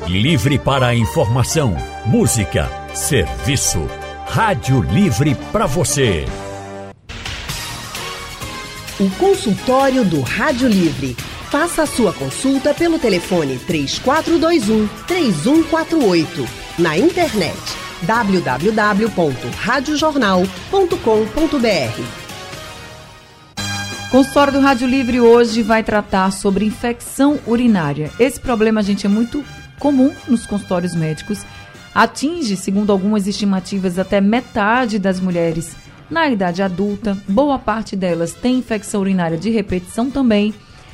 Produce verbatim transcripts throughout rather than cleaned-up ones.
Livre para a informação, música, serviço. Rádio Livre para você. O consultório do Rádio Livre. Faça a sua consulta pelo telefone três quatro dois um, três um quatro oito. Na internet w w w ponto rádio jornal ponto com ponto b r. O consultório do Rádio Livre hoje vai tratar sobre infecção urinária. Esse problema, gente, é muito comum nos consultórios médicos. Atinge, segundo algumas estimativas, até metade das mulheres na idade adulta. Boa parte delas tem infecção urinária de repetição também.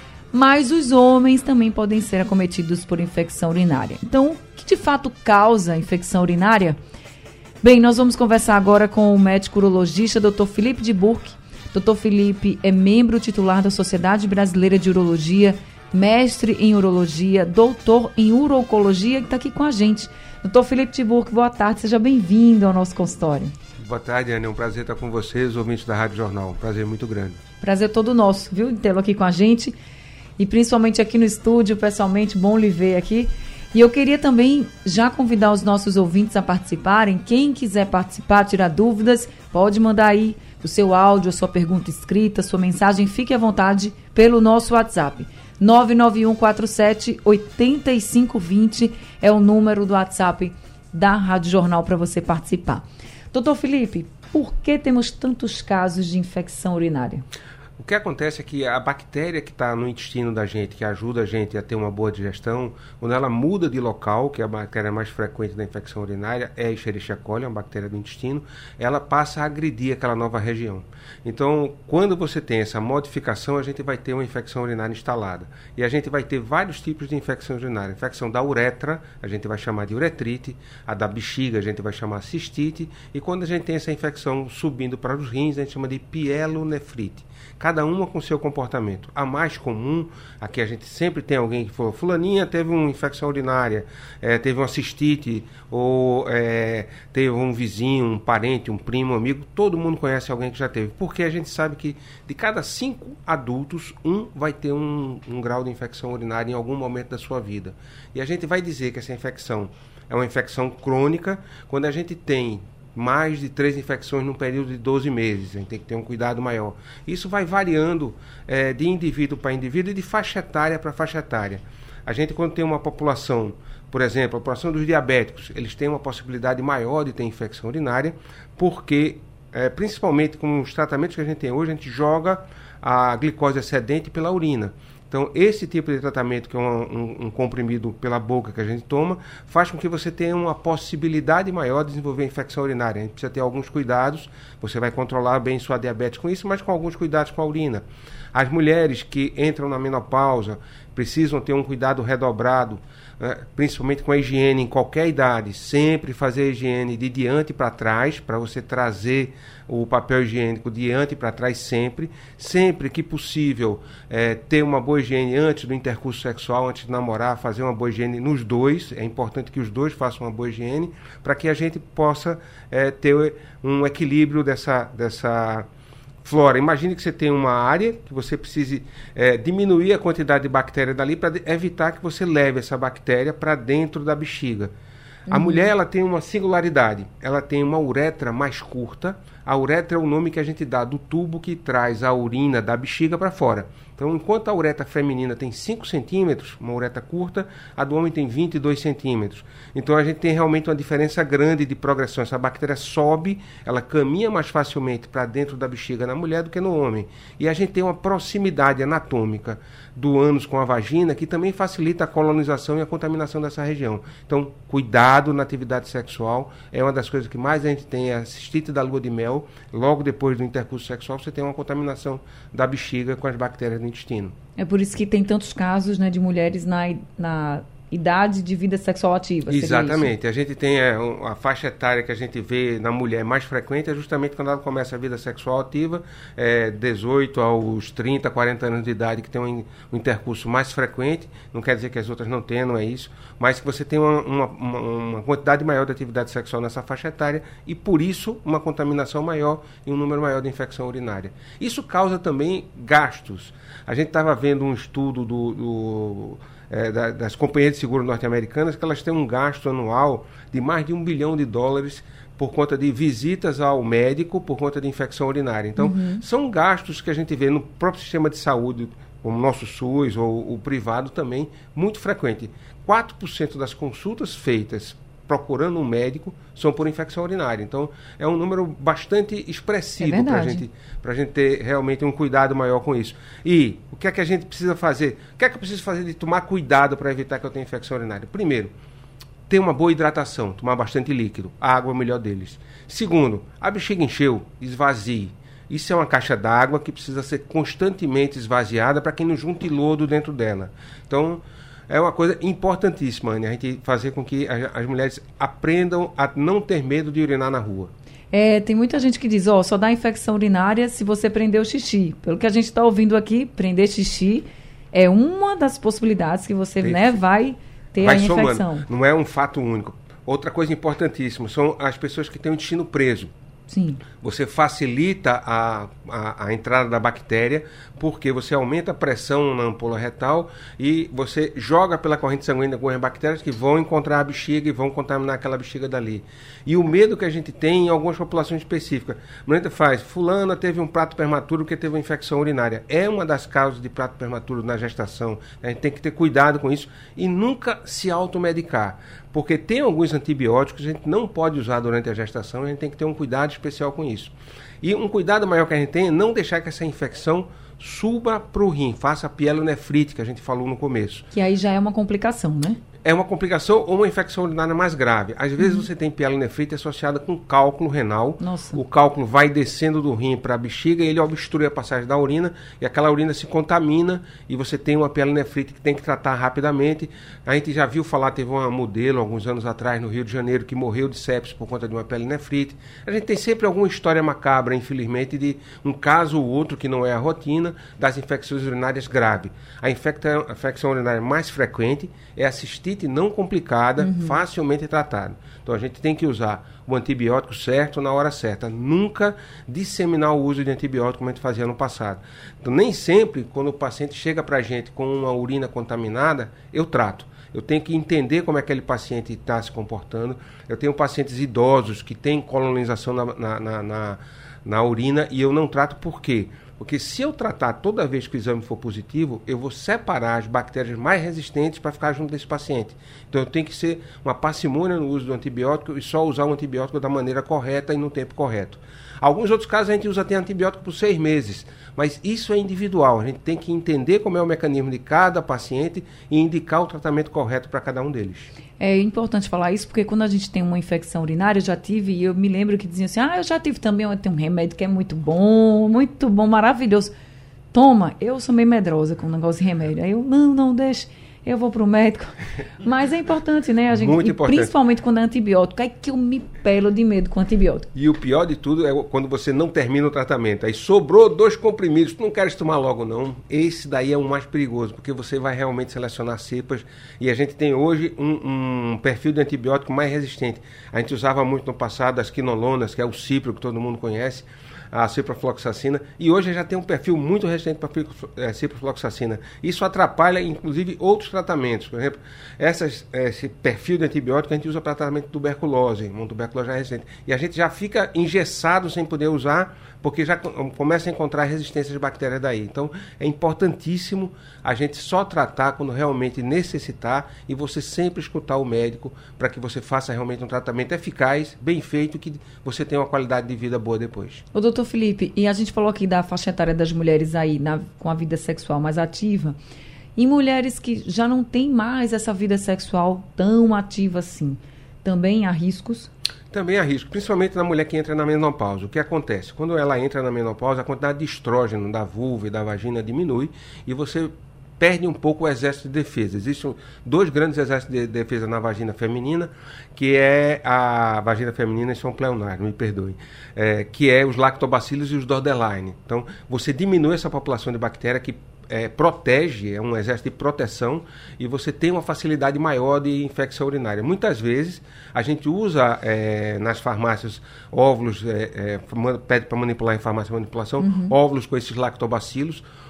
Mas os homens também podem ser acometidos por infecção urinária. Então, o que de fato causa infecção urinária? Bem, nós vamos conversar agora com o médico urologista, doutor Felipe de Burque. doutor Felipe é membro titular da Sociedade Brasileira de Urologia, mestre em urologia, doutor em urologia, que está aqui com a gente. doutor Felipe de Burque, boa tarde, seja bem-vindo ao nosso consultório. Boa tarde, Ana, é um prazer estar com vocês, ouvintes da Rádio Jornal, um prazer muito grande. Prazer todo nosso, viu, tê-lo aqui com a gente. E principalmente aqui no estúdio, pessoalmente, bom lhe ver aqui. E eu queria também já convidar os nossos ouvintes a participarem. Quem quiser participar, tirar dúvidas, pode mandar aí o seu áudio, a sua pergunta escrita, a sua mensagem. Fique à vontade pelo nosso WhatsApp. nove nove um quatro sete oito cinco dois zero é o número do WhatsApp da Rádio Jornal para você participar. doutor Felipe, por que temos tantos casos de infecção urinária? O que acontece é que a bactéria que está no intestino da gente, que ajuda a gente a ter uma boa digestão, quando ela muda de local, que é a bactéria mais frequente da infecção urinária, é a Escherichia coli, uma bactéria do intestino, ela passa a agredir aquela nova região. Então, quando você tem essa modificação, a gente vai ter uma infecção urinária instalada. E a gente vai ter vários tipos de infecção urinária. A infecção da uretra, a gente vai chamar de uretrite, a da bexiga, a gente vai chamar de cistite, e quando a gente tem essa infecção subindo para os rins, a gente chama de pielonefrite. Cada uma com seu comportamento. A mais comum, aqui a gente sempre tem alguém que falou, fulaninha teve uma infecção urinária, é, teve uma cistite, ou é, teve um vizinho, um parente, um primo, um amigo, todo mundo conhece alguém que já teve. Porque a gente sabe que de cada cinco adultos, um vai ter um, um grau de infecção urinária em algum momento da sua vida. E a gente vai dizer que essa infecção é uma infecção crônica quando a gente tem mais de três infecções num período de doze meses. A gente tem que ter um cuidado maior. Isso vai variando é, de indivíduo para indivíduo e de faixa etária para faixa etária. A gente, quando tem uma população, por exemplo, a população dos diabéticos, eles têm uma possibilidade maior de ter infecção urinária, porque, é, principalmente com os tratamentos que a gente tem hoje, a gente joga a glicose excedente pela urina. Então, esse tipo de tratamento, que é um, um, um comprimido pela boca que a gente toma, faz com que você tenha uma possibilidade maior de desenvolver infecção urinária. A gente precisa ter alguns cuidados, você vai controlar bem sua diabetes com isso, mas com alguns cuidados com a urina. As mulheres que entram na menopausa precisam ter um cuidado redobrado, né, principalmente com a higiene em qualquer idade. Sempre fazer a higiene de diante para trás, para você trazer o papel higiênico de diante para trás sempre. Sempre que possível, é, ter uma boa higiene antes do intercurso sexual, antes de namorar, fazer uma boa higiene nos dois. É importante que os dois façam uma boa higiene para que a gente possa é, ter um equilíbrio dessa... dessa flora. Imagine que você tem uma área que você precise é, diminuir a quantidade de bactéria dali para evitar que você leve essa bactéria para dentro da bexiga. A uhum. mulher, ela tem uma singularidade. Ela tem uma uretra mais curta. A uretra é o nome que a gente dá do tubo que traz a urina da bexiga para fora. Então, enquanto a uretra feminina tem cinco centímetros, uma uretra curta, a do homem tem vinte e dois centímetros. Então, a gente tem realmente uma diferença grande de progressão. Essa bactéria sobe, ela caminha mais facilmente para dentro da bexiga na mulher do que no homem. E a gente tem uma proximidade anatômica do ânus com a vagina que também facilita a colonização e a contaminação dessa região. Então, cuidado na atividade sexual é uma das coisas que mais a gente tem, é a cistite da lua de mel. Logo depois do intercurso sexual, você tem uma contaminação da bexiga com as bactérias do intestino. É por isso que tem tantos casos, né, de mulheres na, na idade de vida sexual ativa. Exatamente. A gente tem é, a faixa etária que a gente vê na mulher mais frequente é justamente quando ela começa a vida sexual ativa, é, dezoito aos trinta, quarenta anos de idade, que tem um, um intercurso mais frequente. Não quer dizer que as outras não tenham, não é isso, mas que você tem uma, uma, uma quantidade maior de atividade sexual nessa faixa etária e, por isso, uma contaminação maior e um número maior de infecção urinária. Isso causa também gastos. A gente estava vendo um estudo do... do é, da, das companhias de seguro norte-americanas, que elas têm um gasto anual de mais de um bilhão de dólares por conta de visitas ao médico, por conta de infecção urinária. Então, uhum. são gastos que a gente vê no próprio sistema de saúde, como o nosso SUS ou o privado também, muito frequente. quatro por cento das consultas feitas procurando um médico são por infecção urinária. Então, é um número bastante expressivo é para gente, a gente ter realmente um cuidado maior com isso. E o que é que a gente precisa fazer? O que é que eu preciso fazer de tomar cuidado para evitar que eu tenha infecção urinária? Primeiro, ter uma boa hidratação, tomar bastante líquido. A água é o melhor deles. Segundo, a bexiga encheu, esvazie. Isso é uma caixa d'água que precisa ser constantemente esvaziada para que não junte lodo dentro dela. Então, é uma coisa importantíssima, Anny, a gente fazer com que a, as mulheres aprendam a não ter medo de urinar na rua. É, tem muita gente que diz, ó, só dá infecção urinária se você prender o xixi. Pelo que a gente está ouvindo aqui, prender xixi é uma das possibilidades que você tem, né, vai ter vai a infecção. Somando. Não é um fato único. Outra coisa importantíssima são as pessoas que têm o intestino preso. Sim. Você facilita a, a, a entrada da bactéria porque você aumenta a pressão na ampola retal e você joga pela corrente sanguínea algumas bactérias que vão encontrar a bexiga e vão contaminar aquela bexiga dali. E o medo que a gente tem em algumas populações específicas. A mulher faz, fulana teve um prato prematuro porque teve uma infecção urinária. É uma das causas de prato prematuro na gestação. A gente tem que ter cuidado com isso e nunca se automedicar. Porque tem alguns antibióticos que a gente não pode usar durante a gestação e a gente tem que ter um cuidado especial com isso. E um cuidado maior que a gente tem é não deixar que essa infecção suba para o rim, faça a pielonefrite, que a gente falou no começo. Que aí já é uma complicação, né? É uma complicação ou uma infecção urinária mais grave. Às vezes uhum. você tem pielonefrite associada com cálculo renal. Nossa. O cálculo vai descendo do rim para a bexiga e ele obstrui a passagem da urina e aquela urina se contamina e você tem uma pielonefrite que tem que tratar rapidamente. A gente já viu falar, teve uma modelo alguns anos atrás no Rio de Janeiro que morreu de sepsis por conta de uma pielonefrite. A gente tem sempre alguma história macabra, infelizmente, de um caso ou outro que não é a rotina das infecções urinárias graves. A infecta, a infecção urinária mais frequente é a cistite não complicada, uhum. facilmente tratada. Então a gente tem que usar o antibiótico certo na hora certa. Nunca disseminar o uso de antibiótico como a gente fazia no passado. Então nem sempre, quando o paciente chega para a gente com uma urina contaminada, eu trato. Eu tenho que entender como aquele paciente está se comportando. Eu tenho pacientes idosos que têm colonização na, na, na, na, na urina e eu não trato por quê? Porque se eu tratar toda vez que o exame for positivo, eu vou separar as bactérias mais resistentes para ficar junto desse paciente. Então eu tenho que ser uma parcimônia no uso do antibiótico e só usar o antibiótico da maneira correta e no tempo correto. Alguns outros casos a gente usa até antibiótico por seis meses, mas isso é individual. A gente tem que entender como é o mecanismo de cada paciente e indicar o tratamento correto para cada um deles. É importante falar isso porque quando a gente tem uma infecção urinária, eu já tive, e eu me lembro que diziam assim, ah, eu já tive também, eu tenho um remédio que é muito bom, muito bom, maravilhoso. Toma, eu sou meio medrosa com o negócio de remédio. Aí eu, não, não, deixa, eu vou pro médico. Mas é importante, né? A gente, muito importante. Principalmente quando é antibiótico, é que eu me pelo de medo com antibiótico. E o pior de tudo é quando você não termina o tratamento. Aí sobrou dois comprimidos, tu não queres tomar logo não. Esse daí é o mais perigoso, porque você vai realmente selecionar cepas. E a gente tem hoje um, um perfil de antibiótico mais resistente. A gente usava muito no passado as quinolonas, que é o cipro que todo mundo conhece, a ciprofloxacina, e hoje já tem um perfil muito resistente para a ciprofloxacina. Isso atrapalha, inclusive, outros tratamentos. Por exemplo, essas, esse perfil de antibiótico a gente usa para tratamento de tuberculose, uma tuberculose já resistente. E a gente já fica engessado sem poder usar, porque já começa a encontrar resistência de bactérias daí. Então, é importantíssimo a gente só tratar quando realmente necessitar e você sempre escutar o médico para que você faça realmente um tratamento eficaz, bem feito, que você tenha uma qualidade de vida boa depois. Ô, doutor Felipe, e a gente falou aqui da faixa etária das mulheres aí na, com a vida sexual mais ativa, e mulheres que já não têm mais essa vida sexual tão ativa assim, também há riscos? Também há risco, principalmente na mulher que entra na menopausa. O que acontece? Quando ela entra na menopausa, a quantidade de estrógeno da vulva e da vagina diminui e você perde um pouco o exército de defesa. Existem dois grandes exércitos de defesa na vagina feminina, que é a vagina feminina e São pleonário, me perdoem, é, que é os lactobacillus e os Borderline. Então, você diminui essa população de bactéria que É, protege, é um exército de proteção e você tem uma facilidade maior de infecção urinária. Muitas vezes a gente usa é, nas farmácias óvulos, é, é, pede para manipular em farmácia de manipulação, uhum. óvulos com esses lactobacilos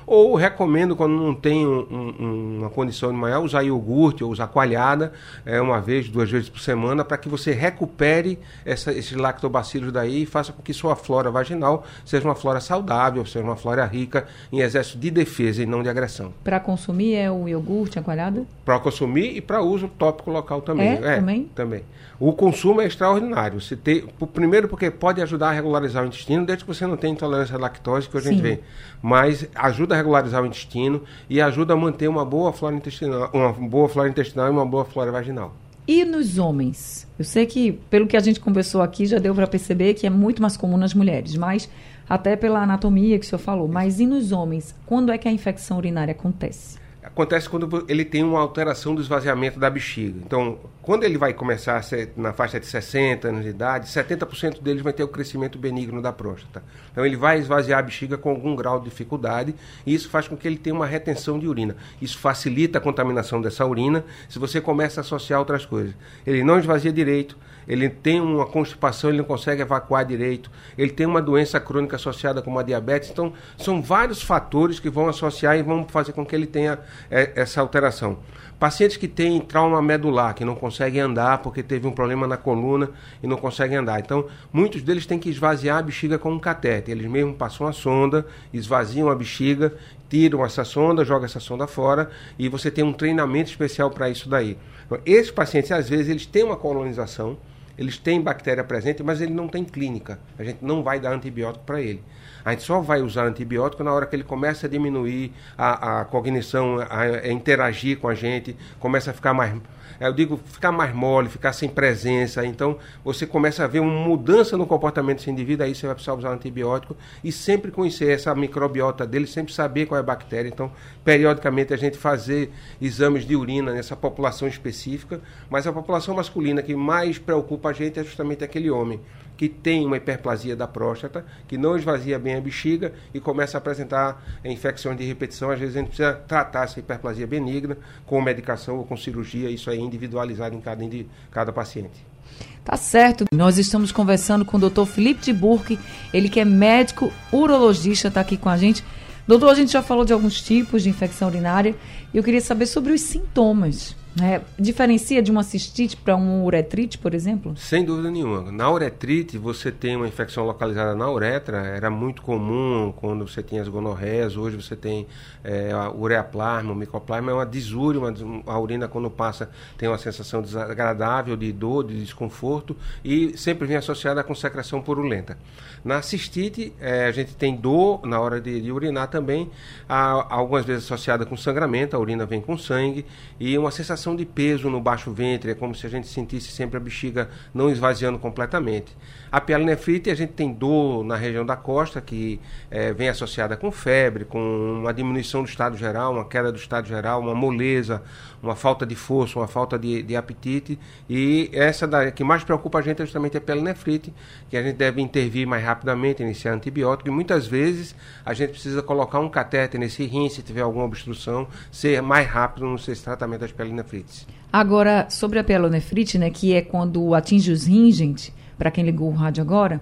Ou recomendo, quando não tem um, um, uma condição de manhã, usar iogurte ou usar coalhada, é, uma vez, duas vezes por semana, para que você recupere essa, esses lactobacilos daí e faça com que sua flora vaginal seja uma flora saudável, seja uma flora rica em excesso de defesa e não de agressão. Para consumir é o iogurte, a coalhada? Para consumir e para uso tópico local também. É, é também? Também. O consumo é extraordinário. Você tem, primeiro porque pode ajudar a regularizar o intestino, desde que você não tenha intolerância à lactose, que hoje a gente vê. Mas ajuda a regularizar o intestino e ajuda a manter uma boa flora intestinal, uma boa flora intestinal e uma boa flora vaginal. E nos homens? Eu sei que, pelo que a gente conversou aqui, já deu para perceber que é muito mais comum nas mulheres, mas até pela anatomia que o senhor falou. Mas e nos homens? Quando é que a infecção urinária acontece? Acontece quando ele tem uma alteração do esvaziamento da bexiga. Então, quando ele vai começar a ser na faixa de sessenta anos de idade, setenta por cento deles vai ter o crescimento benigno da próstata. Então, ele vai esvaziar a bexiga com algum grau de dificuldade e isso faz com que ele tenha uma retenção de urina. Isso facilita a contaminação dessa urina se você começa a associar outras coisas. Ele não esvazia direito, ele tem uma constipação, ele não consegue evacuar direito, ele tem uma doença crônica associada com uma diabetes. Então, são vários fatores que vão associar e vão fazer com que ele tenha é, essa alteração. Pacientes que têm trauma medular, que não conseguem andar porque teve um problema na coluna e não conseguem andar. Então, muitos deles têm que esvaziar a bexiga com um catéter. Eles mesmos passam a sonda, esvaziam a bexiga, tiram essa sonda, jogam essa sonda fora e você tem um treinamento especial para isso daí. Então, esses pacientes, às vezes, eles têm uma colonização, eles têm bactéria presente, mas ele não tem clínica. A gente não vai dar antibiótico para ele. A gente só vai usar antibiótico na hora que ele começa a diminuir a, a cognição, a, a interagir com a gente, começa a ficar mais, eu digo, ficar mais mole, ficar sem presença. Então, você começa a ver uma mudança no comportamento desse indivíduo, aí você vai precisar usar antibiótico e sempre conhecer essa microbiota dele, sempre saber qual é a bactéria. Então, periodicamente, a gente fazer exames de urina nessa população específica, mas a população masculina que mais preocupa a gente é justamente aquele homem que tem uma hiperplasia da próstata, que não esvazia bem a bexiga e começa a apresentar infecções de repetição. Às vezes a gente precisa tratar essa hiperplasia benigna com medicação ou com cirurgia, isso aí é individualizado em cada, em cada paciente. Tá certo. Nós estamos conversando com o doutor Felipe de Burque, ele que é médico urologista, está aqui com a gente. Doutor, a gente já falou de alguns tipos de infecção urinária e eu queria saber sobre os sintomas. É, diferencia de uma cistite para uma uretrite, por exemplo? Sem dúvida nenhuma. Na uretrite, você tem uma infecção localizada na uretra. Era muito comum quando você tinha as gonorreias. Hoje você tem é, a ureaplasma, o micoplasma. É uma desúria. Uma, a urina, quando passa, tem uma sensação desagradável de dor, de desconforto. E sempre vem associada com secreção purulenta. Na cistite, é, a gente tem dor na hora de, de urinar também. Há, algumas vezes associada com sangramento. A urina vem com sangue. E uma sensação de peso no baixo ventre, é como se a gente sentisse sempre a bexiga não esvaziando completamente. A pielonefrite, a gente tem dor na região da costa, que é, vem associada com febre, com uma diminuição do estado geral, uma queda do estado geral, uma moleza, uma falta de força, uma falta de, de apetite, e essa da, que mais preocupa a gente é justamente a pielonefrite, que a gente deve intervir mais rapidamente, iniciar antibiótico, e muitas vezes a gente precisa colocar um catéter nesse rim, se tiver alguma obstrução, ser mais rápido no tratamento das pielonefrites. Agora, sobre a pielonefrite, né, que é quando atinge os rins, gente, para quem ligou o rádio agora,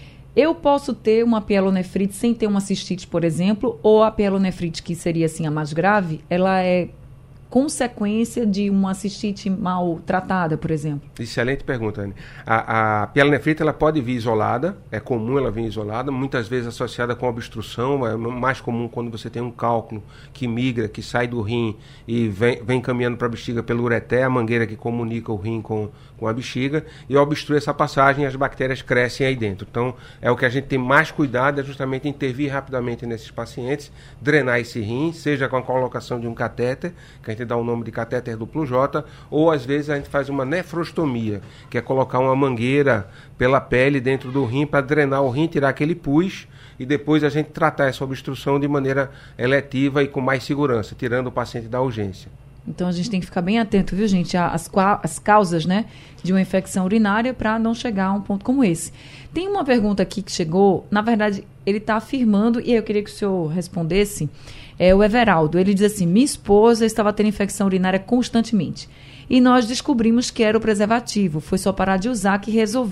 eu posso ter uma pielonefrite sem ter uma cistite, por exemplo, ou a pielonefrite, que seria assim a mais grave, ela é consequência de uma cistite mal tratada, por exemplo? Excelente pergunta, Anne. A, a pielonefrite, ela pode vir isolada, é comum ela vir isolada, muitas vezes associada com obstrução, é mais comum quando você tem um cálculo que migra, que sai do rim e vem, vem caminhando para a bexiga pelo ureter, a mangueira que comunica o rim com, com a bexiga, e obstrui essa passagem e as bactérias crescem aí dentro. Então, é o que a gente tem mais cuidado, é justamente intervir rapidamente nesses pacientes, drenar esse rim, seja com a colocação de um catéter, que a gente dá o nome de catéter duplo J, ou às vezes a gente faz uma nefrostomia, que é colocar uma mangueira pela pele dentro do rim para drenar o rim, tirar aquele pus e depois a gente tratar essa obstrução de maneira eletiva e com mais segurança, tirando o paciente da urgência. Então a gente tem que ficar bem atento, viu, gente, às, às causas, né, de uma infecção urinária para não chegar a um ponto como esse. Tem uma pergunta aqui que chegou, na verdade, ele está afirmando, e eu queria que o senhor respondesse, é o Everaldo. Ele diz assim: minha esposa estava tendo infecção urinária constantemente e nós descobrimos que era o preservativo, foi só parar de usar que resolveu.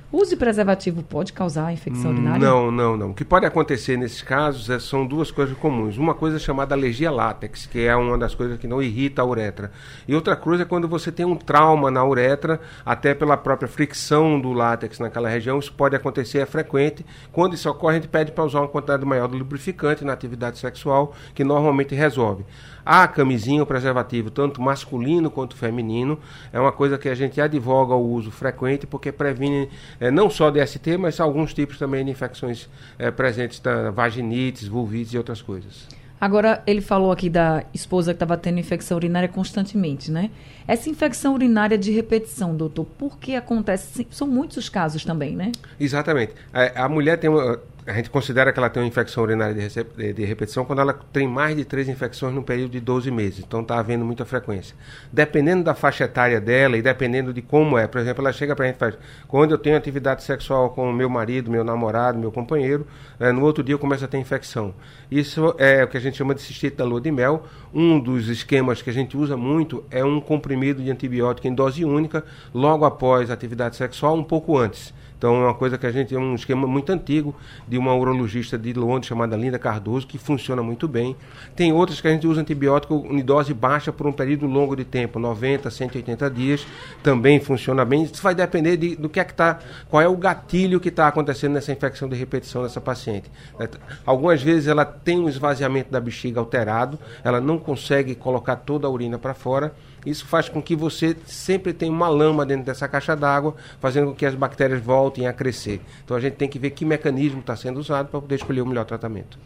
O uso de preservativo pode causar infecção urinária? Não, não, não. O que pode acontecer nesses casos é, são duas coisas comuns. Uma coisa é chamada alergia a látex, que é uma das coisas que não irrita a uretra. E outra coisa é quando você tem um trauma na uretra, até pela própria fricção do látex naquela região, isso pode acontecer, é frequente. Quando isso ocorre, a gente pede para usar uma quantidade maior do lubrificante na atividade sexual, que normalmente resolve. A camisinha, o preservativo, tanto masculino quanto feminino, é uma coisa que a gente advoga o uso frequente, porque previne é, não só D S T, mas alguns tipos também de infecções é, presentes, tá, vaginites, vulvites e outras coisas. Agora, ele falou aqui da esposa que estava tendo infecção urinária constantemente, né? Essa infecção urinária de repetição, doutor, por que acontece? São muitos os casos também, né? Exatamente. A, a mulher tem uma... A gente considera que ela tem uma infecção urinária de, recep- de repetição quando ela tem mais de três infecções no período de doze meses. Então está havendo muita frequência. Dependendo da faixa etária dela e dependendo de como é. Por exemplo, ela chega para a gente e faz... Quando eu tenho atividade sexual com o meu marido, meu namorado, meu companheiro, é, no outro dia eu começo a ter infecção. Isso é o que a gente chama de cistite da lua de mel. Um dos esquemas que a gente usa muito é um comprimido de antibiótico em dose única, logo após a atividade sexual, um pouco antes. Então é uma coisa que a gente, é um esquema muito antigo de uma urologista de Londres chamada Linda Cardoso, que funciona muito bem. Tem outras que a gente usa antibiótico em dose baixa por um período longo de tempo, noventa, cento e oitenta dias, também funciona bem. Isso vai depender de, do que é que tá, qual é o gatilho que está acontecendo nessa infecção de repetição dessa paciente. Algumas vezes ela tem um esvaziamento da bexiga alterado, ela não consegue colocar toda a urina para fora. Isso faz com que você sempre tenha uma lama dentro dessa caixa d'água, fazendo com que as bactérias voltem a crescer. Então a gente tem que ver que mecanismo está sendo usado para poder escolher o melhor tratamento.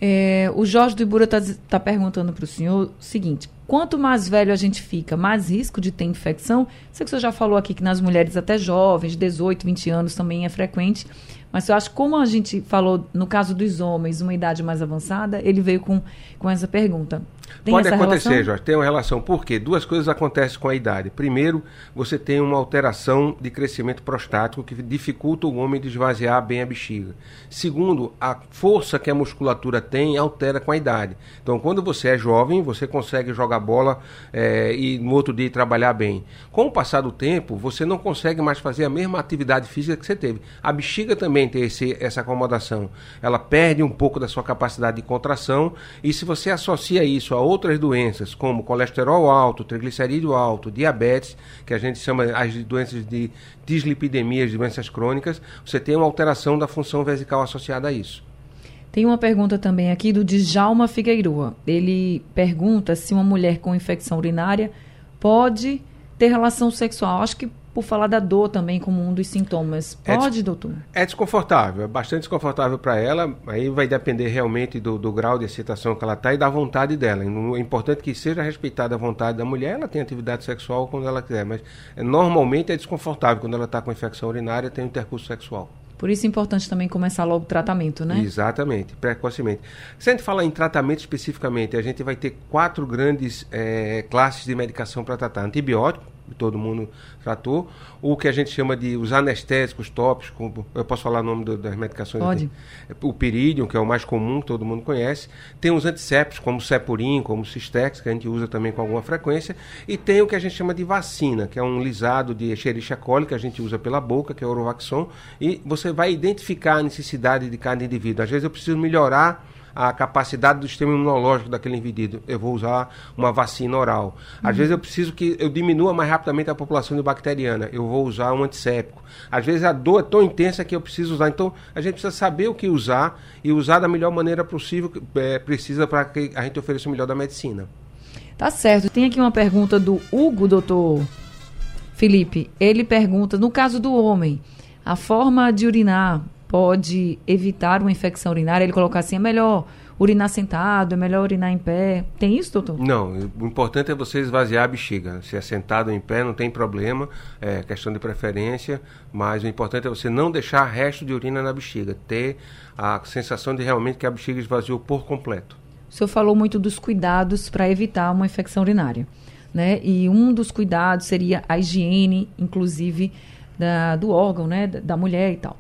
É, o Jorge do Ibura está tá perguntando para o senhor o seguinte: quanto mais velho a gente fica, mais risco de ter infecção? Sei que o senhor já falou aqui que nas mulheres até jovens, dezoito, vinte anos também é frequente, mas eu acho que como a gente falou no caso dos homens, uma idade mais avançada, ele veio com, com essa pergunta. Tem Pode essa acontecer, relação? Jorge, tem uma relação. Por quê? Duas coisas acontecem com a idade. Primeiro, você tem uma alteração de crescimento prostático que dificulta o homem de esvaziar bem a bexiga. Segundo, a força que a musculatura tem altera com a idade. Então, quando você é jovem, você consegue jogar bola é, e no outro dia trabalhar bem. Com o passar do tempo, você não consegue mais fazer a mesma atividade física que você teve. A bexiga também tem esse, essa acomodação. Ela perde um pouco da sua capacidade de contração e se você associa isso a outras doenças, como colesterol alto, triglicerídeo alto, diabetes, que a gente chama as doenças de dislipidemias, doenças crônicas, você tem uma alteração da função vesical associada a isso. Tem uma pergunta também aqui do Djalma Figueiroa. Ele pergunta se uma mulher com infecção urinária pode ter relação sexual. Acho que por falar da dor também como um dos sintomas. Pode, é doutor? É desconfortável, é bastante desconfortável para ela, aí vai depender realmente do, do grau de excitação que ela está e da vontade dela. É importante que seja respeitada a vontade da mulher, ela tem atividade sexual quando ela quiser, mas é, normalmente é desconfortável quando ela está com infecção urinária, tem um intercurso sexual. Por isso é importante também começar logo o tratamento, né? Exatamente, precocemente. Se a gente falar em tratamento especificamente, a gente vai ter quatro grandes é, classes de medicação para tratar. Antibiótico, que todo mundo tratou, o que a gente chama de os anestésicos tópicos, eu posso falar o nome do, das medicações? Pode. Aqui? O Piridium, que é o mais comum, que todo mundo conhece. Tem os antissépticos, como o Cepurim, como o Cistex, que a gente usa também com alguma frequência. E tem o que a gente chama de vacina, que é um lisado de Escherichia coli, que a gente usa pela boca, que é o Orovaxon. E você vai identificar a necessidade de cada indivíduo. Às vezes eu preciso melhorar a capacidade do sistema imunológico daquele indivíduo. Eu vou usar uma vacina oral. Às uhum. vezes eu preciso que eu diminua mais rapidamente a população de bacteriana. Eu vou usar um antisséptico. Às vezes a dor é tão intensa que eu preciso usar. Então, a gente precisa saber o que usar e usar da melhor maneira possível, é, precisa para que a gente ofereça o melhor da medicina. Tá certo. Tem aqui uma pergunta do Hugo, doutor Felipe. Ele pergunta, no caso do homem, a forma de urinar pode evitar uma infecção urinária? Ele colocar assim, é melhor urinar sentado, é melhor urinar em pé. Tem isso, doutor? Não, o importante é você esvaziar a bexiga. Se é sentado ou em pé, não tem problema, é questão de preferência, mas o importante é você não deixar resto de urina na bexiga, ter a sensação de realmente que a bexiga esvaziou por completo. O senhor falou muito dos cuidados para evitar uma infecção urinária, né? E um dos cuidados seria a higiene, inclusive, da, do órgão, né? Da, da mulher e tal.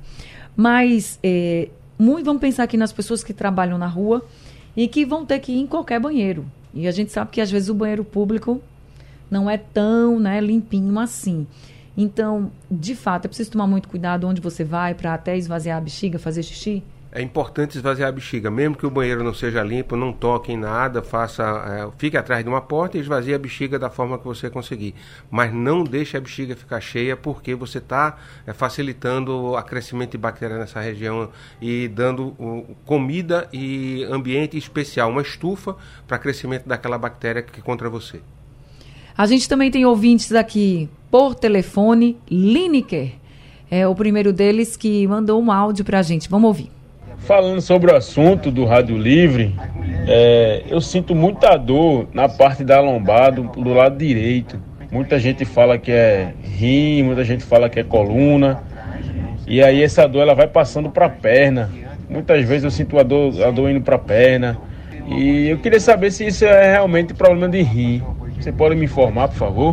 Mas é, muito, vamos pensar aqui nas pessoas que trabalham na rua e que vão ter que ir em qualquer banheiro. E a gente sabe que às vezes o banheiro público não é tão, né, limpinho assim. Então, de fato, é preciso tomar muito cuidado onde você vai para até esvaziar a bexiga, fazer xixi? É importante esvaziar a bexiga, mesmo que o banheiro não seja limpo, não toque em nada, faça, é, fique atrás de uma porta e esvazie a bexiga da forma que você conseguir. Mas não deixe a bexiga ficar cheia, porque você está é, facilitando o crescimento de bactérias nessa região e dando uh, comida e ambiente especial, uma estufa para crescimento daquela bactéria que é contra você. A gente também tem ouvintes aqui por telefone. Lineker é o primeiro deles que mandou um áudio para a gente. Vamos ouvir. Falando sobre o assunto do Rádio Livre, é, eu sinto muita dor na parte da lombar do, do lado direito. Muita gente fala que é rim, muita gente fala que é coluna. E aí essa dor ela vai passando para a perna. Muitas vezes eu sinto a dor, a dor indo para a perna. E eu queria saber se isso é realmente problema de rim. Você pode me informar, por favor?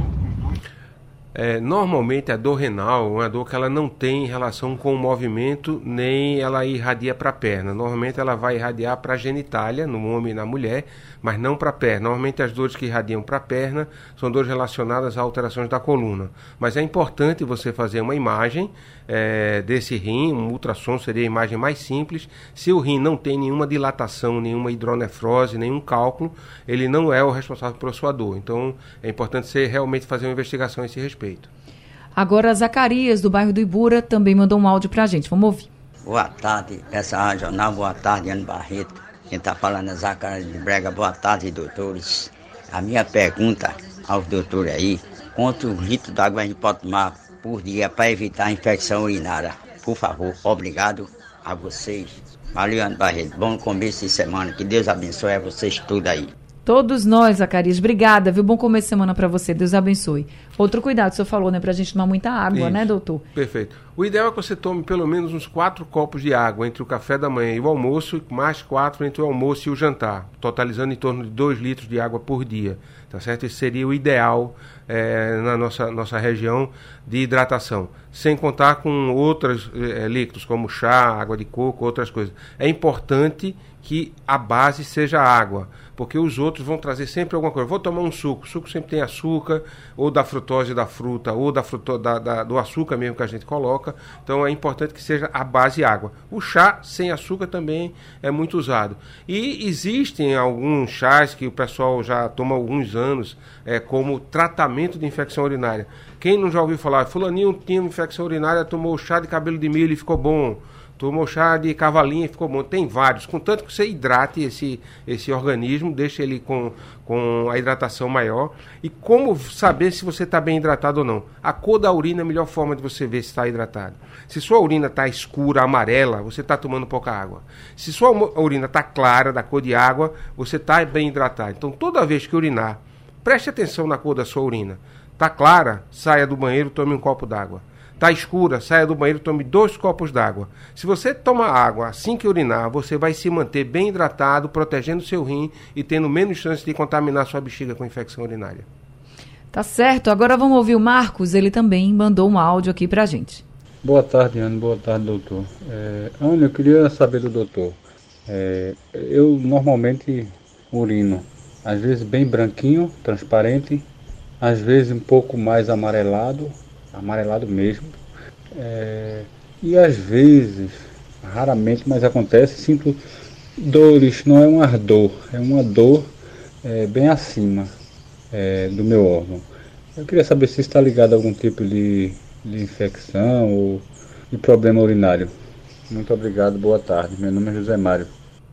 É, normalmente a dor renal é uma dor que ela não tem relação com o movimento, nem ela irradia para a perna. Normalmente ela vai irradiar para a genitália, no homem e na mulher, mas não para a perna. Normalmente as dores que irradiam para a perna são dores relacionadas a alterações da coluna. Mas é importante você fazer uma imagem é, desse rim, um ultrassom seria a imagem mais simples. Se o rim não tem nenhuma dilatação, nenhuma hidronefrose, nenhum cálculo, ele não é o responsável pela sua dor. Então é importante você realmente fazer uma investigação a esse respeito. Agora, Zacarias, do bairro do Ibura, também mandou um áudio pra gente. Vamos ouvir. Boa tarde, essa regional. Boa tarde, Ana Barreto. Quem está falando é Zacarias de Brega. Boa tarde, doutores. A minha pergunta aos doutores aí, quantos litros d'água a gente pode tomar por dia para evitar a infecção urinária? Por favor, obrigado a vocês. Valeu, Ana Barreto. Bom começo de semana. Que Deus abençoe a vocês tudo aí. Todos nós, Zacarias. Obrigada, viu? Bom começo de semana para você. Deus abençoe. Outro cuidado, o senhor falou, né? Pra gente tomar muita água, Isso. né, doutor? Perfeito. O ideal é que você tome pelo menos uns quatro copos de água entre o café da manhã e o almoço, e mais quatro entre o almoço e o jantar, totalizando em torno de dois litros de água por dia, tá certo? Esse seria o ideal é, na nossa, nossa região de hidratação, sem contar com outros é, líquidos, como chá, água de coco, outras coisas. É importante que a base seja água, porque os outros vão trazer sempre alguma coisa. Vou tomar um suco, o suco sempre tem açúcar, ou da frutose da fruta, ou da fruto, da, da, do açúcar mesmo que a gente coloca. Então é importante que seja a base água. O chá sem açúcar também é muito usado. E existem alguns chás que o pessoal já toma há alguns anos é, como tratamento de infecção urinária. Quem não já ouviu falar, fulaninho tinha infecção urinária, tomou chá de cabelo de milho e ficou bom. Tomou chá de cavalinha e ficou bom. Tem vários, contanto que você hidrate esse, esse organismo, deixa ele com, com a hidratação maior. E como saber se você está bem hidratado ou não? A cor da urina é a melhor forma de você ver se está hidratado. Se sua urina está escura, amarela, você está tomando pouca água. Se sua urina está clara, da cor de água, você está bem hidratado. Então, toda vez que urinar, preste atenção na cor da sua urina. Está clara? Saia do banheiro, tome um copo d'água. Está escura, saia do banheiro, tome dois copos d'água. Se você toma água assim que urinar, você vai se manter bem hidratado, protegendo seu rim e tendo menos chance de contaminar sua bexiga com infecção urinária. Tá certo. Agora vamos ouvir o Marcos. Ele também mandou um áudio aqui pra gente. Boa tarde, Ana. Boa tarde, doutor. É, Ana, eu queria saber do doutor. É, eu normalmente urino, às vezes bem branquinho, transparente, às vezes um pouco mais amarelado, amarelado mesmo, é, e às vezes, raramente, mas acontece, sinto dores, não é um ardor, é uma dor é, bem acima é, do meu órgão. Eu queria saber se está ligado a algum tipo de, de infecção ou de problema urinário. Muito obrigado, boa tarde. Meu nome é José Mário.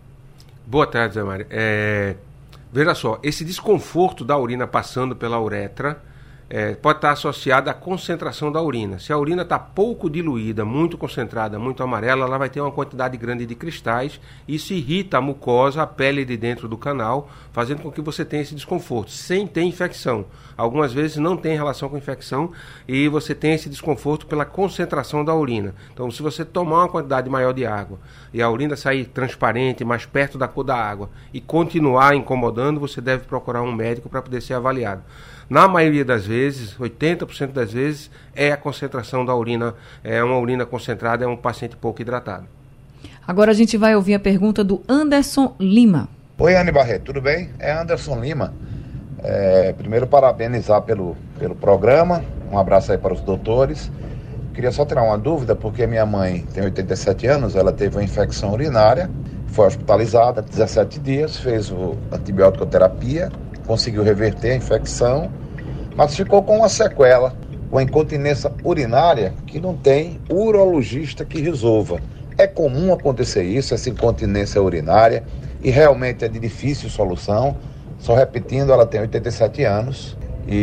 Boa tarde, José Mário. É, veja só, esse desconforto da urina passando pela uretra É, pode estar associada à concentração da urina. Se a urina está pouco diluída, muito concentrada, muito amarela, ela vai ter uma quantidade grande de cristais. Isso irrita a mucosa, a pele de dentro do canal, fazendo com que você tenha esse desconforto, sem ter infecção. Algumas vezes não tem relação com infecção e você tem esse desconforto pela concentração da urina. Então, se você tomar uma quantidade maior de água e a urina sair transparente, mais perto da cor da água e continuar incomodando, você deve procurar um médico para poder ser avaliado. Na maioria das vezes, oitenta por cento das vezes, é a concentração da urina, é uma urina concentrada, é um paciente pouco hidratado. Agora a gente vai ouvir a pergunta do Anderson Lima. Oi, Ana Barreto, tudo bem? É Anderson Lima. É, primeiro, parabenizar pelo, pelo programa, Um abraço aí para os doutores. Queria só tirar uma dúvida, porque minha mãe tem oitenta e sete anos, ela teve uma infecção urinária, foi hospitalizada dezessete dias, fez o antibiótico-terapia, conseguiu reverter a infecção, mas ficou com uma sequela, uma incontinência urinária que não tem urologista que resolva. É comum acontecer isso, essa incontinência urinária, e realmente é de difícil solução. Só repetindo, ela tem oitenta e sete anos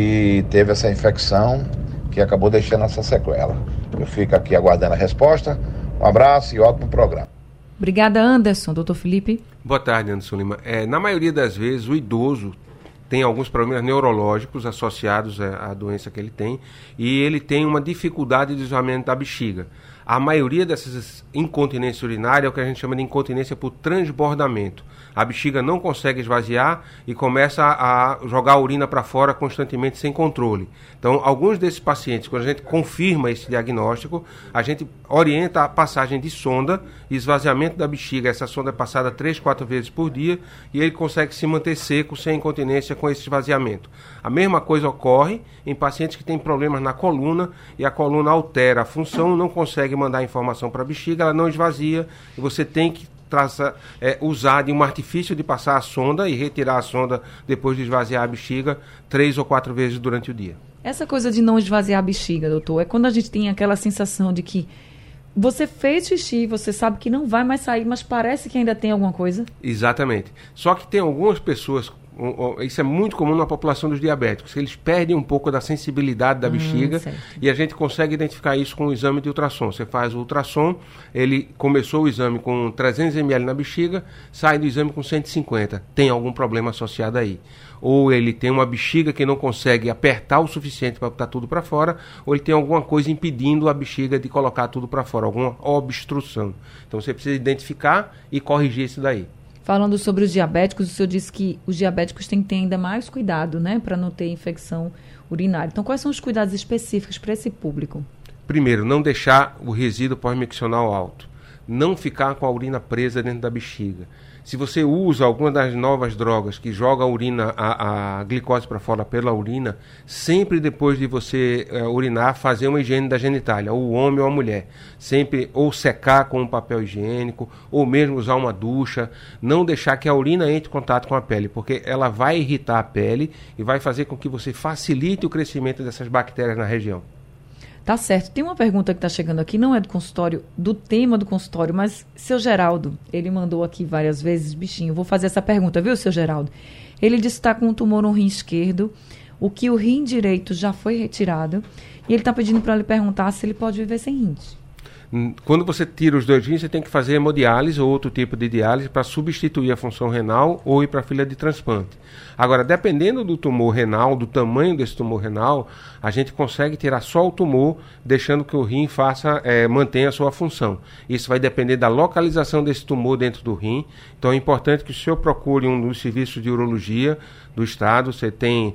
e teve essa infecção que acabou deixando essa sequela. Eu fico aqui aguardando a resposta. Um abraço e ótimo programa. Obrigada, Anderson. Doutor Felipe. Boa tarde, Anderson Lima. É, na maioria das vezes, o idoso tem alguns problemas neurológicos associados à doença que ele tem, e ele tem uma dificuldade de esvaziamento da bexiga. A maioria dessas incontinências urinárias é o que a gente chama de incontinência por transbordamento. A bexiga não consegue esvaziar e começa a jogar a urina para fora constantemente sem controle. Então, alguns desses pacientes, quando a gente confirma esse diagnóstico, a gente orienta a passagem de sonda e esvaziamento da bexiga. Essa sonda é passada três, quatro vezes por dia e ele consegue se manter seco, sem incontinência, com esse esvaziamento. A mesma coisa ocorre em pacientes que têm problemas na coluna e a coluna altera a função, não consegue mandar informação para a bexiga, ela não esvazia e você tem que traça, é, usar de um artifício de passar a sonda e retirar a sonda depois de esvaziar a bexiga três ou quatro vezes durante o dia. Essa coisa de não esvaziar a bexiga, doutor, é quando a gente tem aquela sensação de que você fez xixi, você sabe que não vai mais sair, mas parece que ainda tem alguma coisa? Exatamente. Só que tem algumas pessoas, isso é muito comum na população dos diabéticos, que eles perdem um pouco da sensibilidade da hum, bexiga, certo. E a gente consegue identificar isso com o exame de ultrassom. Você faz o ultrassom, ele começou o exame com trezentos mililitros na bexiga, sai do exame com cento e cinquenta. Tem algum problema associado aí. Ou ele tem uma bexiga que não consegue apertar o suficiente para botar tudo para fora, ou ele tem alguma coisa impedindo a bexiga de colocar tudo para fora, alguma obstrução. Então você precisa identificar e corrigir isso daí. Falando sobre os diabéticos, o senhor disse que os diabéticos têm que ter ainda mais cuidado, né, para não ter infecção urinária. Então, quais são os cuidados específicos para esse público? Primeiro, não deixar o resíduo pós-miccional alto. Não ficar com a urina presa dentro da bexiga. Se você usa alguma das novas drogas que joga a urina, a, a glicose para fora pela urina, sempre depois de você uh, urinar, fazer uma higiene da genitália, ou o homem ou a mulher. Sempre ou secar com um papel higiênico, ou mesmo usar uma ducha. Não deixar que a urina entre em contato com a pele, porque ela vai irritar a pele e vai fazer com que você facilite o crescimento dessas bactérias na região. Tá certo. Tem uma pergunta que está chegando aqui, não é do consultório, do tema do consultório, mas seu Geraldo, ele mandou aqui várias vezes, bichinho, vou fazer essa pergunta, viu, seu Geraldo? Ele disse que está com um tumor no rim esquerdo, o que o rim direito já foi retirado, e ele está pedindo para ele perguntar se ele pode viver sem rins. Quando você tira os dois rins, você tem que fazer hemodiálise ou outro tipo de diálise para substituir a função renal ou ir para a fila de transplante. Agora, dependendo do tumor renal, do tamanho desse tumor renal, a gente consegue tirar só o tumor, deixando que o rim faça, é, mantenha a sua função. Isso vai depender da localização desse tumor dentro do rim. Então é importante que o senhor procure um dos serviços de urologia do estado. Você tem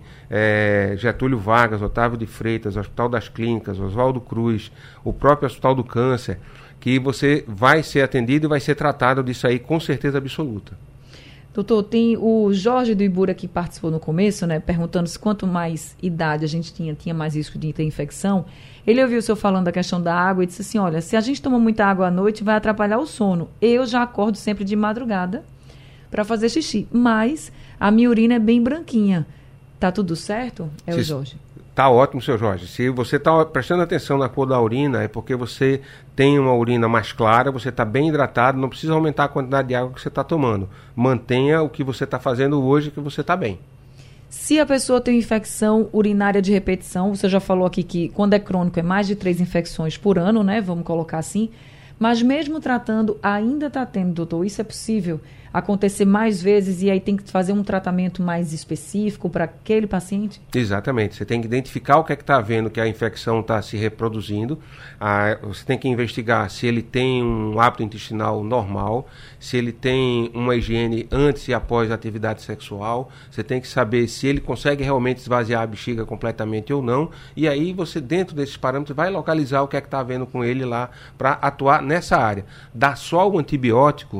é, Getúlio Vargas, Otávio de Freitas, Hospital das Clínicas, Oswaldo Cruz, o próprio Hospital do Câncer, que você vai ser atendido e vai ser tratado disso aí com certeza absoluta. Doutor, tem o Jorge do Ibura que participou no começo, né, perguntando se quanto mais idade a gente tinha, tinha mais risco de ter infecção. Ele ouviu o senhor falando da questão da água e disse assim, olha, se a gente toma muita água à noite, vai atrapalhar o sono. Eu já acordo sempre de madrugada para fazer xixi, mas a minha urina é bem branquinha. Tá tudo certo? É se, o Jorge. Tá ótimo, seu Jorge. Se você está prestando atenção na cor da urina, é porque você tem uma urina mais clara, você está bem hidratado, não precisa aumentar a quantidade de água que você está tomando. Mantenha o que você está fazendo hoje, que você está bem. Se a pessoa tem infecção urinária de repetição, você já falou aqui que quando é crônico é mais de três infecções por ano, né? Vamos colocar assim. Mas mesmo tratando, ainda está tendo, doutor, isso é possível acontecer mais vezes e aí tem que fazer um tratamento mais específico para aquele paciente? Exatamente. Você tem que identificar o que é que está havendo, que a infecção está se reproduzindo. Ah, você tem que investigar se ele tem um hábito intestinal normal, se ele tem uma higiene antes e após a atividade sexual. Você tem que saber se ele consegue realmente esvaziar a bexiga completamente ou não. E aí você, dentro desses parâmetros, vai localizar o que é que está havendo com ele lá para atuar nessa área. Dar só o antibiótico,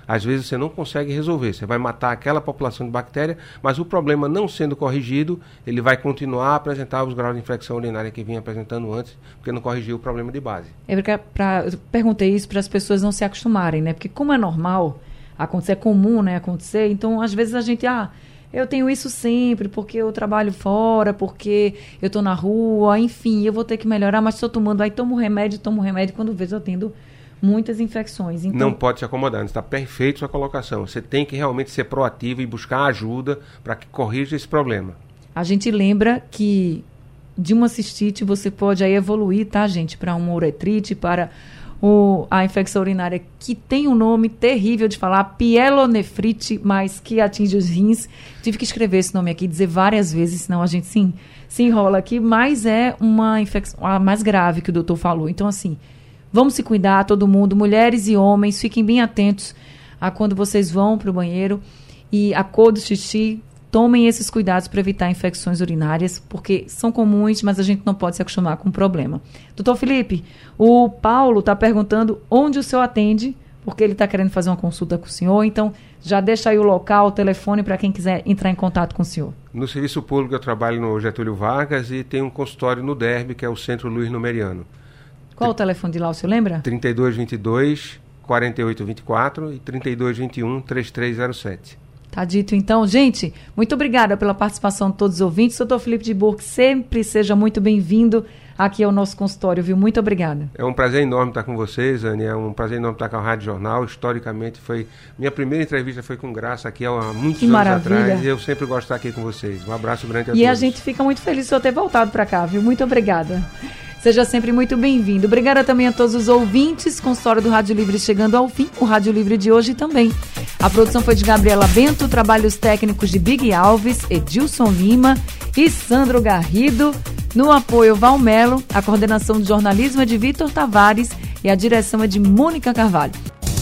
às vezes você não consegue resolver. Você vai matar aquela população de bactéria, mas o problema não sendo corrigido, ele vai continuar a apresentar os graus de infecção urinária que vinha apresentando antes, porque não corrigiu o problema de base. É porque pra, eu perguntei isso para as pessoas não se acostumarem, né? Porque como é normal acontecer, é comum, né, acontecer, então às vezes a gente, ah, eu tenho isso sempre, porque eu trabalho fora, porque eu estou na rua, enfim, eu vou ter que melhorar, mas estou tomando, aí tomo remédio, tomo remédio, quando vejo eu tendo muitas infecções. Então, não pode se acomodar, está perfeito sua colocação. Você tem que realmente ser proativo e buscar ajuda para que corrija esse problema. A gente lembra que de uma cistite você pode aí evoluir, tá, gente, para uma uretrite, para o, a infecção urinária que tem um nome terrível de falar, pielonefrite, mas que atinge os rins. Tive que escrever esse nome aqui, dizer várias vezes, senão a gente sim, se enrola aqui, mas é uma infecção a mais grave que o doutor falou. Então, assim, vamos se cuidar, todo mundo, mulheres e homens, fiquem bem atentos a quando vocês vão para o banheiro e a cor do xixi, tomem esses cuidados para evitar infecções urinárias, porque são comuns, mas a gente não pode se acostumar com o problema. Doutor Felipe, o Paulo está perguntando onde o senhor atende, porque ele está querendo fazer uma consulta com o senhor, então já deixa aí o local, o telefone para quem quiser entrar em contato com o senhor. No serviço público eu trabalho no Getúlio Vargas e tenho um consultório no D E R B, que é o Centro Luiz Numeriano. Qual o telefone de lá, o senhor lembra? trinta e dois, vinte e dois, quarenta e oito, vinte e quatro e trinta e dois, vinte e um, trinta e três zero sete. Tá dito então. Gente, muito obrigada pela participação de todos os ouvintes. Doutor Felipe de Burque, sempre seja muito bem-vindo aqui ao nosso consultório, viu? Muito obrigada. É um prazer enorme estar com vocês, Anny. É um prazer enorme estar com a Rádio Jornal. Historicamente, foi minha primeira entrevista foi com Graça aqui há muitos que anos maravilha. atrás. E eu sempre gosto de estar aqui com vocês. Um abraço grande a e todos. E a gente fica muito feliz de o senhor ter voltado para cá, viu? Muito obrigada. Seja sempre muito bem-vindo. Obrigada também a todos os ouvintes. Consultório do Rádio Livre chegando ao fim. O Rádio Livre de hoje também. A produção foi de Gabriela Bento, trabalhos técnicos de Big Alves, Edilson Lima e Sandro Garrido. No apoio Valmelo, a coordenação de jornalismo é de Vitor Tavares e a direção é de Mônica Carvalho.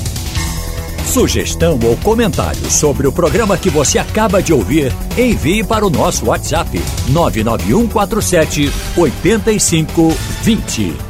Sugestão ou comentário sobre o programa que você acaba de ouvir, envie para o nosso WhatsApp nove nove um quatro sete oito cinco dois zero.